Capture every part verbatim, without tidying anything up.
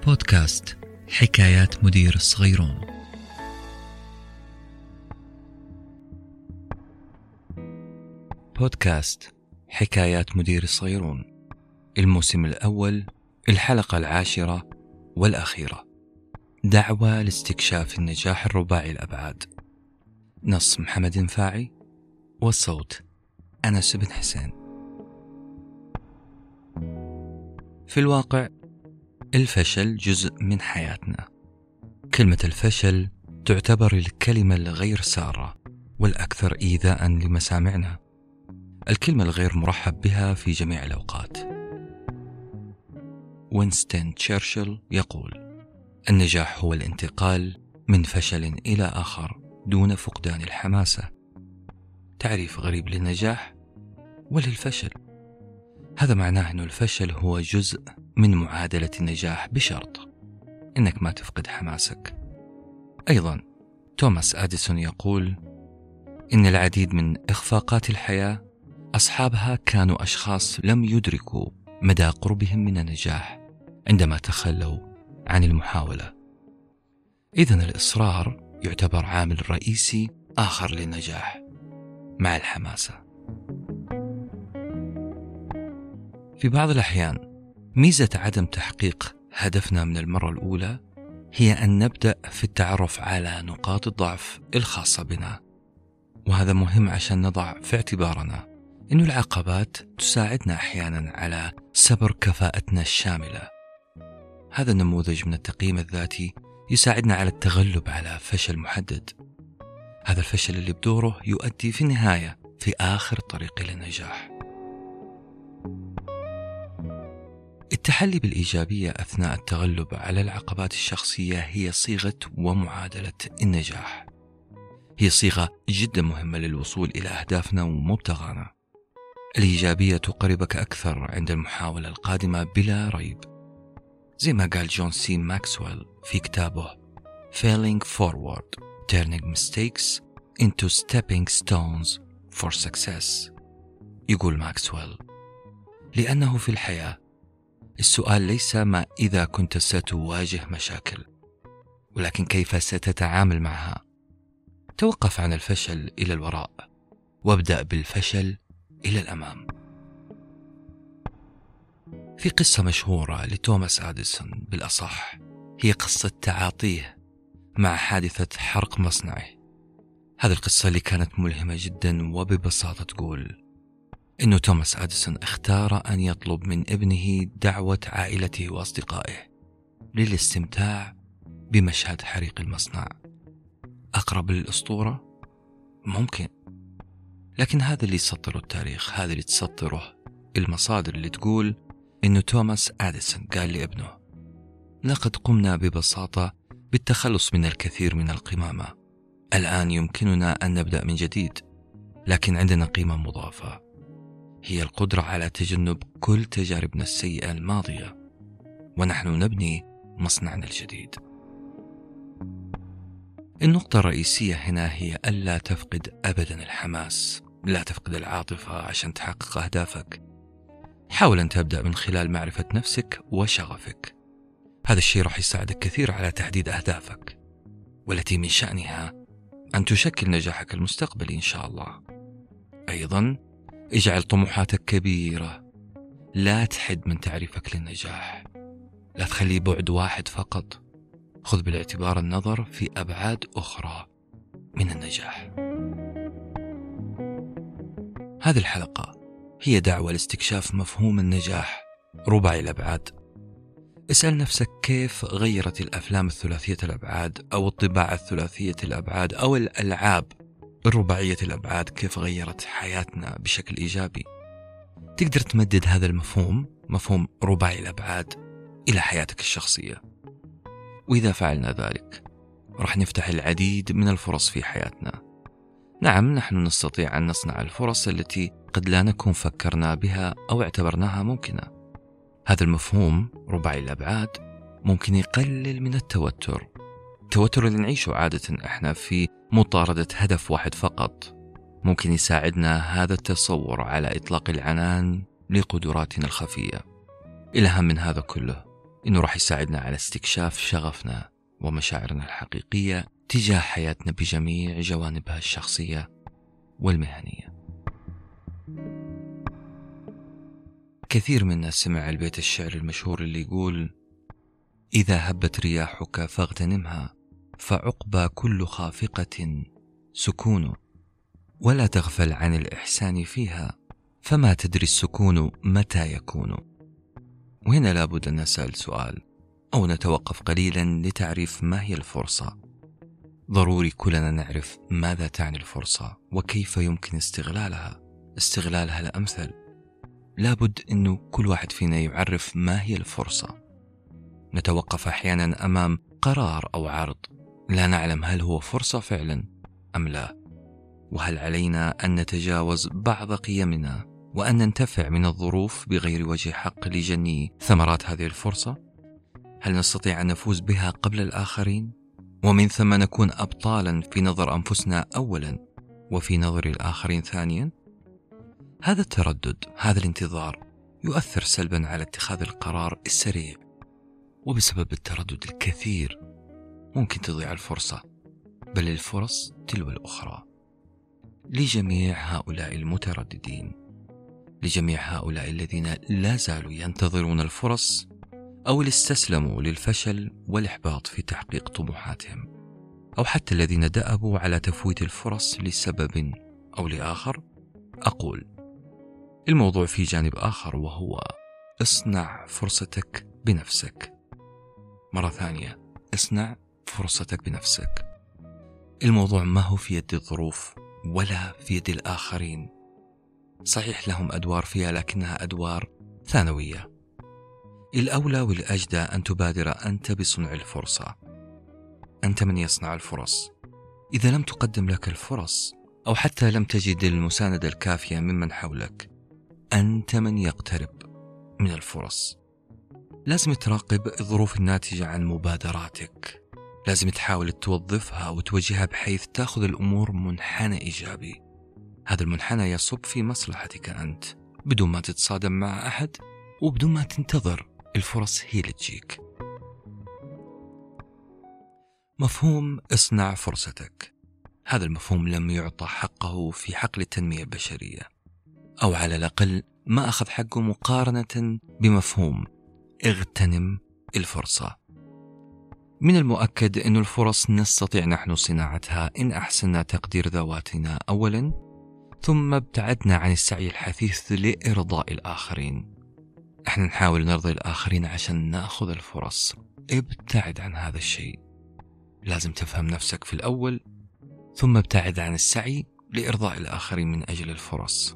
بودكاست حكايات مدير الصغيرون. بودكاست حكايات مدير الصغيرون، الموسم الأول، الحلقة العاشرة والأخيرة. دعوة لاستكشاف النجاح الرباعي الأبعاد. نص محمد نفاعي، والصوت أنس بن حسين. في الواقع الفشل جزء من حياتنا. كلمة الفشل تعتبر الكلمة الغير سارة والأكثر إيذاء لمسامعنا، الكلمة الغير مرحب بها في جميع الأوقات. وينستون تشرشل يقول: النجاح هو الانتقال من فشل إلى آخر دون فقدان الحماسة. تعريف غريب للنجاح وللفشل. هذا معناه أن الفشل هو جزء من معادلة النجاح بشرط إنك ما تفقد حماسك. أيضا توماس أديسون يقول إن العديد من إخفاقات الحياة أصحابها كانوا أشخاص لم يدركوا مدى قربهم من النجاح عندما تخلوا عن المحاولة. إذن الإصرار يعتبر عامل رئيسي آخر للنجاح مع الحماسة. في بعض الأحيان ميزة عدم تحقيق هدفنا من المرة الأولى هي أن نبدأ في التعرف على نقاط الضعف الخاصة بنا، وهذا مهم عشان نضع في اعتبارنا أن العقبات تساعدنا أحيانا على سبر كفاءتنا الشاملة. هذا النموذج من التقييم الذاتي يساعدنا على التغلب على فشل محدد، هذا الفشل اللي بدوره يؤدي في النهاية في آخر الطريق للنجاح. التحلي بالإيجابية أثناء التغلب على العقبات الشخصية هي صيغة ومعادلة النجاح. هي صيغة جدا مهمة للوصول إلى أهدافنا ومبتغانا. الإيجابية تقربك أكثر عند المحاولة القادمة بلا ريب، زي ما قال جون سي ماكسويل في كتابه Failing Forward: Turning Mistakes into Stepping Stones for Success. يقول ماكسويل: لأنه في الحياة السؤال ليس ما إذا كنت ستواجه مشاكل، ولكن كيف ستتعامل معها. توقف عن الفشل إلى الوراء وابدأ بالفشل إلى الأمام. في قصة مشهورة لتوماس أديسون، بالأصح هي قصة تعاطيه مع حادثة حرق مصنعه. هذه القصة اللي كانت ملهمة جدا، وببساطة تقول إنه توماس أديسون اختار أن يطلب من ابنه دعوة عائلته وأصدقائه للاستمتاع بمشهد حريق المصنع. أقرب للأسطورة؟ ممكن، لكن هذا اللي يسطره التاريخ، هذا اللي تسطره المصادر اللي تقول إنه توماس أديسون قال لابنه: لقد قمنا ببساطة بالتخلص من الكثير من القمامة، الآن يمكننا أن نبدأ من جديد، لكن عندنا قيمة مضافة، هي القدرة على تجنب كل تجاربنا السيئة الماضية، ونحن نبني مصنعنا الجديد. النقطة الرئيسية هنا هي ألا تفقد أبدا الحماس، لا تفقد العاطفة عشان تحقق أهدافك. حاول أن تبدأ من خلال معرفة نفسك وشغفك. هذا الشيء راح يساعدك كثير على تحديد أهدافك، والتي من شأنها أن تشكل نجاحك المستقبلي إن شاء الله. أيضا اجعل طموحاتك كبيرة، لا تحد من تعريفك للنجاح، لا تخلي بعد واحد فقط، خذ بالاعتبار النظر في أبعاد أخرى من النجاح. هذه الحلقة هي دعوة لاستكشاف مفهوم النجاح رباعي الأبعاد. اسأل نفسك كيف غيرت الأفلام الثلاثية الأبعاد أو الطباعة الثلاثية الأبعاد أو الألعاب الرباعية الأبعاد كيف غيرت حياتنا بشكل إيجابي. تقدر تمدد هذا المفهوم، مفهوم رباعي الأبعاد، إلى حياتك الشخصية، وإذا فعلنا ذلك راح نفتح العديد من الفرص في حياتنا. نعم، نحن نستطيع أن نصنع الفرص التي قد لا نكون فكرنا بها أو اعتبرناها ممكنة. هذا المفهوم رباعي الأبعاد ممكن يقلل من التوتر التوتر اللي نعيشه عادة احنا في مطاردة هدف واحد فقط. ممكن يساعدنا هذا التصور على إطلاق العنان لقدراتنا الخفية. الأهم من هذا كله إنه راح يساعدنا على استكشاف شغفنا ومشاعرنا الحقيقية تجاه حياتنا بجميع جوانبها الشخصية والمهنية. كثير منا سمع البيت الشعر المشهور اللي يقول: إذا هبت رياحك فاغتنمها، فعقبى كل خافقة سكون، ولا تغفل عن الإحسان فيها، فما تدري السكون متى يكون. وهنا لابد أن نسأل سؤال أو نتوقف قليلا لتعريف ما هي الفرصة. ضروري كلنا نعرف ماذا تعني الفرصة وكيف يمكن استغلالها استغلالها الأمثل. لابد أنه كل واحد فينا يعرف ما هي الفرصة. نتوقف أحيانا أمام قرار أو عرض لا نعلم هل هو فرصة فعلا أم لا، وهل علينا أن نتجاوز بعض قيمنا وأن ننتفع من الظروف بغير وجه حق لجني ثمرات هذه الفرصة؟ هل نستطيع أن نفوز بها قبل الآخرين، ومن ثم نكون أبطالا في نظر أنفسنا أولا وفي نظر الآخرين ثانيا؟ هذا التردد، هذا الانتظار يؤثر سلبا على اتخاذ القرار السريع، وبسبب التردد الكثير ممكن تضيع الفرصة، بل الفرص تلو الأخرى. لجميع هؤلاء المترددين، لجميع هؤلاء الذين لا زالوا ينتظرون الفرص أو اللي استسلموا للفشل والإحباط في تحقيق طموحاتهم، أو حتى الذين دأبوا على تفويت الفرص لسبب أو لآخر، أقول الموضوع في جانب آخر، وهو اصنع فرصتك بنفسك. مرة ثانية، اصنع فرصتك بنفسك. الموضوع ما هو في يد الظروف ولا في يد الآخرين. صحيح لهم أدوار فيها، لكنها أدوار ثانوية. الأولى والأجدى أن تبادر أنت بصنع الفرصة. أنت من يصنع الفرص. إذا لم تقدم لك الفرص أو حتى لم تجد المساندة الكافية ممن حولك، أنت من يقترب من الفرص. لازم تراقب الظروف الناتجة عن مبادراتك، لازم تحاول توظفها وتوجهها بحيث تأخذ الأمور منحنى إيجابي. هذا المنحنى يصب في مصلحتك أنت، بدون ما تتصادم مع أحد وبدون ما تنتظر الفرص هي اللي تجيك. مفهوم اصنع فرصتك، هذا المفهوم لم يعطى حقه في حقل التنمية البشرية، أو على الأقل ما أخذ حقه مقارنة بمفهوم اغتنم الفرصة. من المؤكد أن الفرص نستطيع نحن صناعتها إن أحسننا تقدير ذواتنا أولا، ثم ابتعدنا عن السعي الحثيث لإرضاء الآخرين. احنا نحاول نرضي الآخرين عشان نأخذ الفرص. ابتعد عن هذا الشيء. لازم تفهم نفسك في الأول، ثم ابتعد عن السعي لإرضاء الآخرين من أجل الفرص.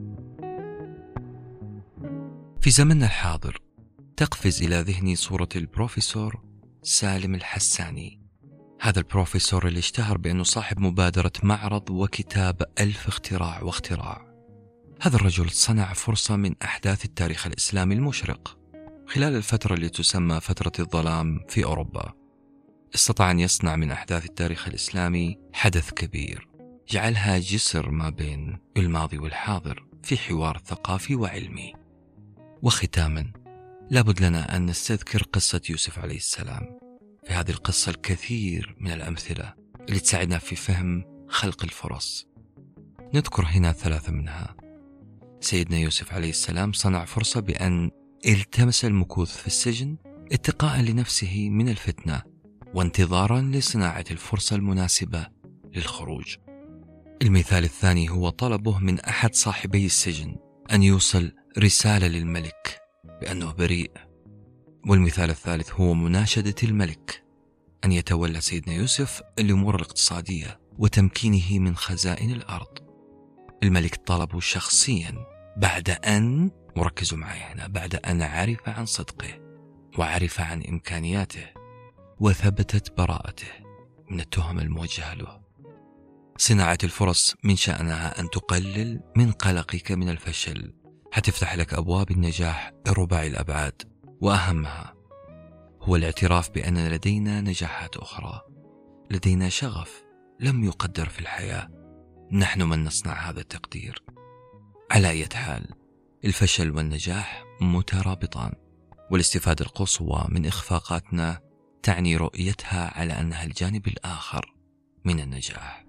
في زمننا الحاضر تقفز إلى ذهني صورة البروفيسور سالم الحساني. هذا البروفيسور اللي اشتهر بأنه صاحب مبادرة معرض وكتاب ألف اختراع واختراع. هذا الرجل صنع فرصة من أحداث التاريخ الإسلامي المشرق خلال الفترة اللي تسمى فترة الظلام في أوروبا. استطاع أن يصنع من أحداث التاريخ الإسلامي حدث كبير، جعلها جسر ما بين الماضي والحاضر في حوار ثقافي وعلمي. وختاما، لابد لنا أن نستذكر قصة يوسف عليه السلام. في هذه القصة الكثير من الأمثلة اللي تساعدنا في فهم خلق الفرص. نذكر هنا ثلاثة منها. سيدنا يوسف عليه السلام صنع فرصة بأن التمس المكوث في السجن اتقاء لنفسه من الفتنة، وانتظارا لصناعة الفرصة المناسبة للخروج. المثال الثاني هو طلبه من أحد صاحبي السجن أن يوصل رسالة للملك بأنه بريء. والمثال الثالث هو مناشدة الملك أن يتولى سيدنا يوسف الأمور الاقتصادية وتمكينه من خزائن الأرض. الملك طلبه شخصيا بعد أن، وركزوا معي هنا، بعد أن عرف عن صدقه وعرف عن إمكانياته وثبتت براءته من التهم الموجهة له. صناعة الفرص من شأنها أن تقلل من قلقك من الفشل، حتفتح لك أبواب النجاح الرباعي الأبعاد، وأهمها هو الاعتراف بأن لدينا نجاحات أخرى، لدينا شغف لم يقدر في الحياة، نحن من نصنع هذا التقدير. على أي حال، الفشل والنجاح مترابطان، والاستفادة القصوى من إخفاقاتنا تعني رؤيتها على أنها الجانب الآخر من النجاح.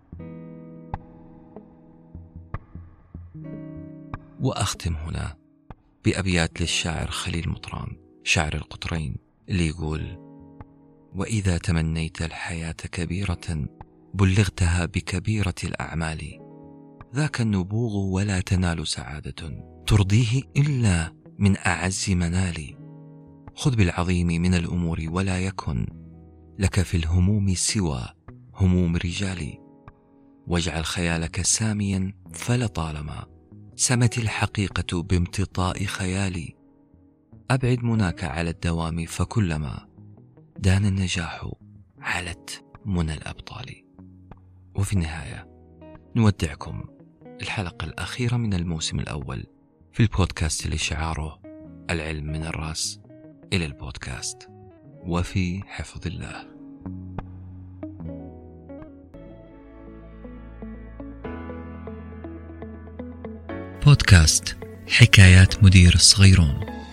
وأختم هنا بأبيات للشاعر خليل مطران شاعر القطرين اللي يقول: وإذا تمنيت الحياة كبيرة بلغتها بكبيرة الأعمال، ذاك النبوغ ولا تنال سعادة ترضيه إلا من أعز منال. خذ بالعظيم من الأمور ولا يكن لك في الهموم سوى هموم رجال، واجعل خيالك ساميا فلطالما سمت الحقيقة بامتطاء خيالي. أبعد مناك على الدوام فكلما دان النجاح علت منى الأبطال. وفي النهاية نودعكم الحلقة الأخيرة من الموسم الأول في البودكاست اللي شعاره العلم من الرأس إلى البودكاست، وفي حفظ الله. بودكاست حكايات مدير الصغيرون.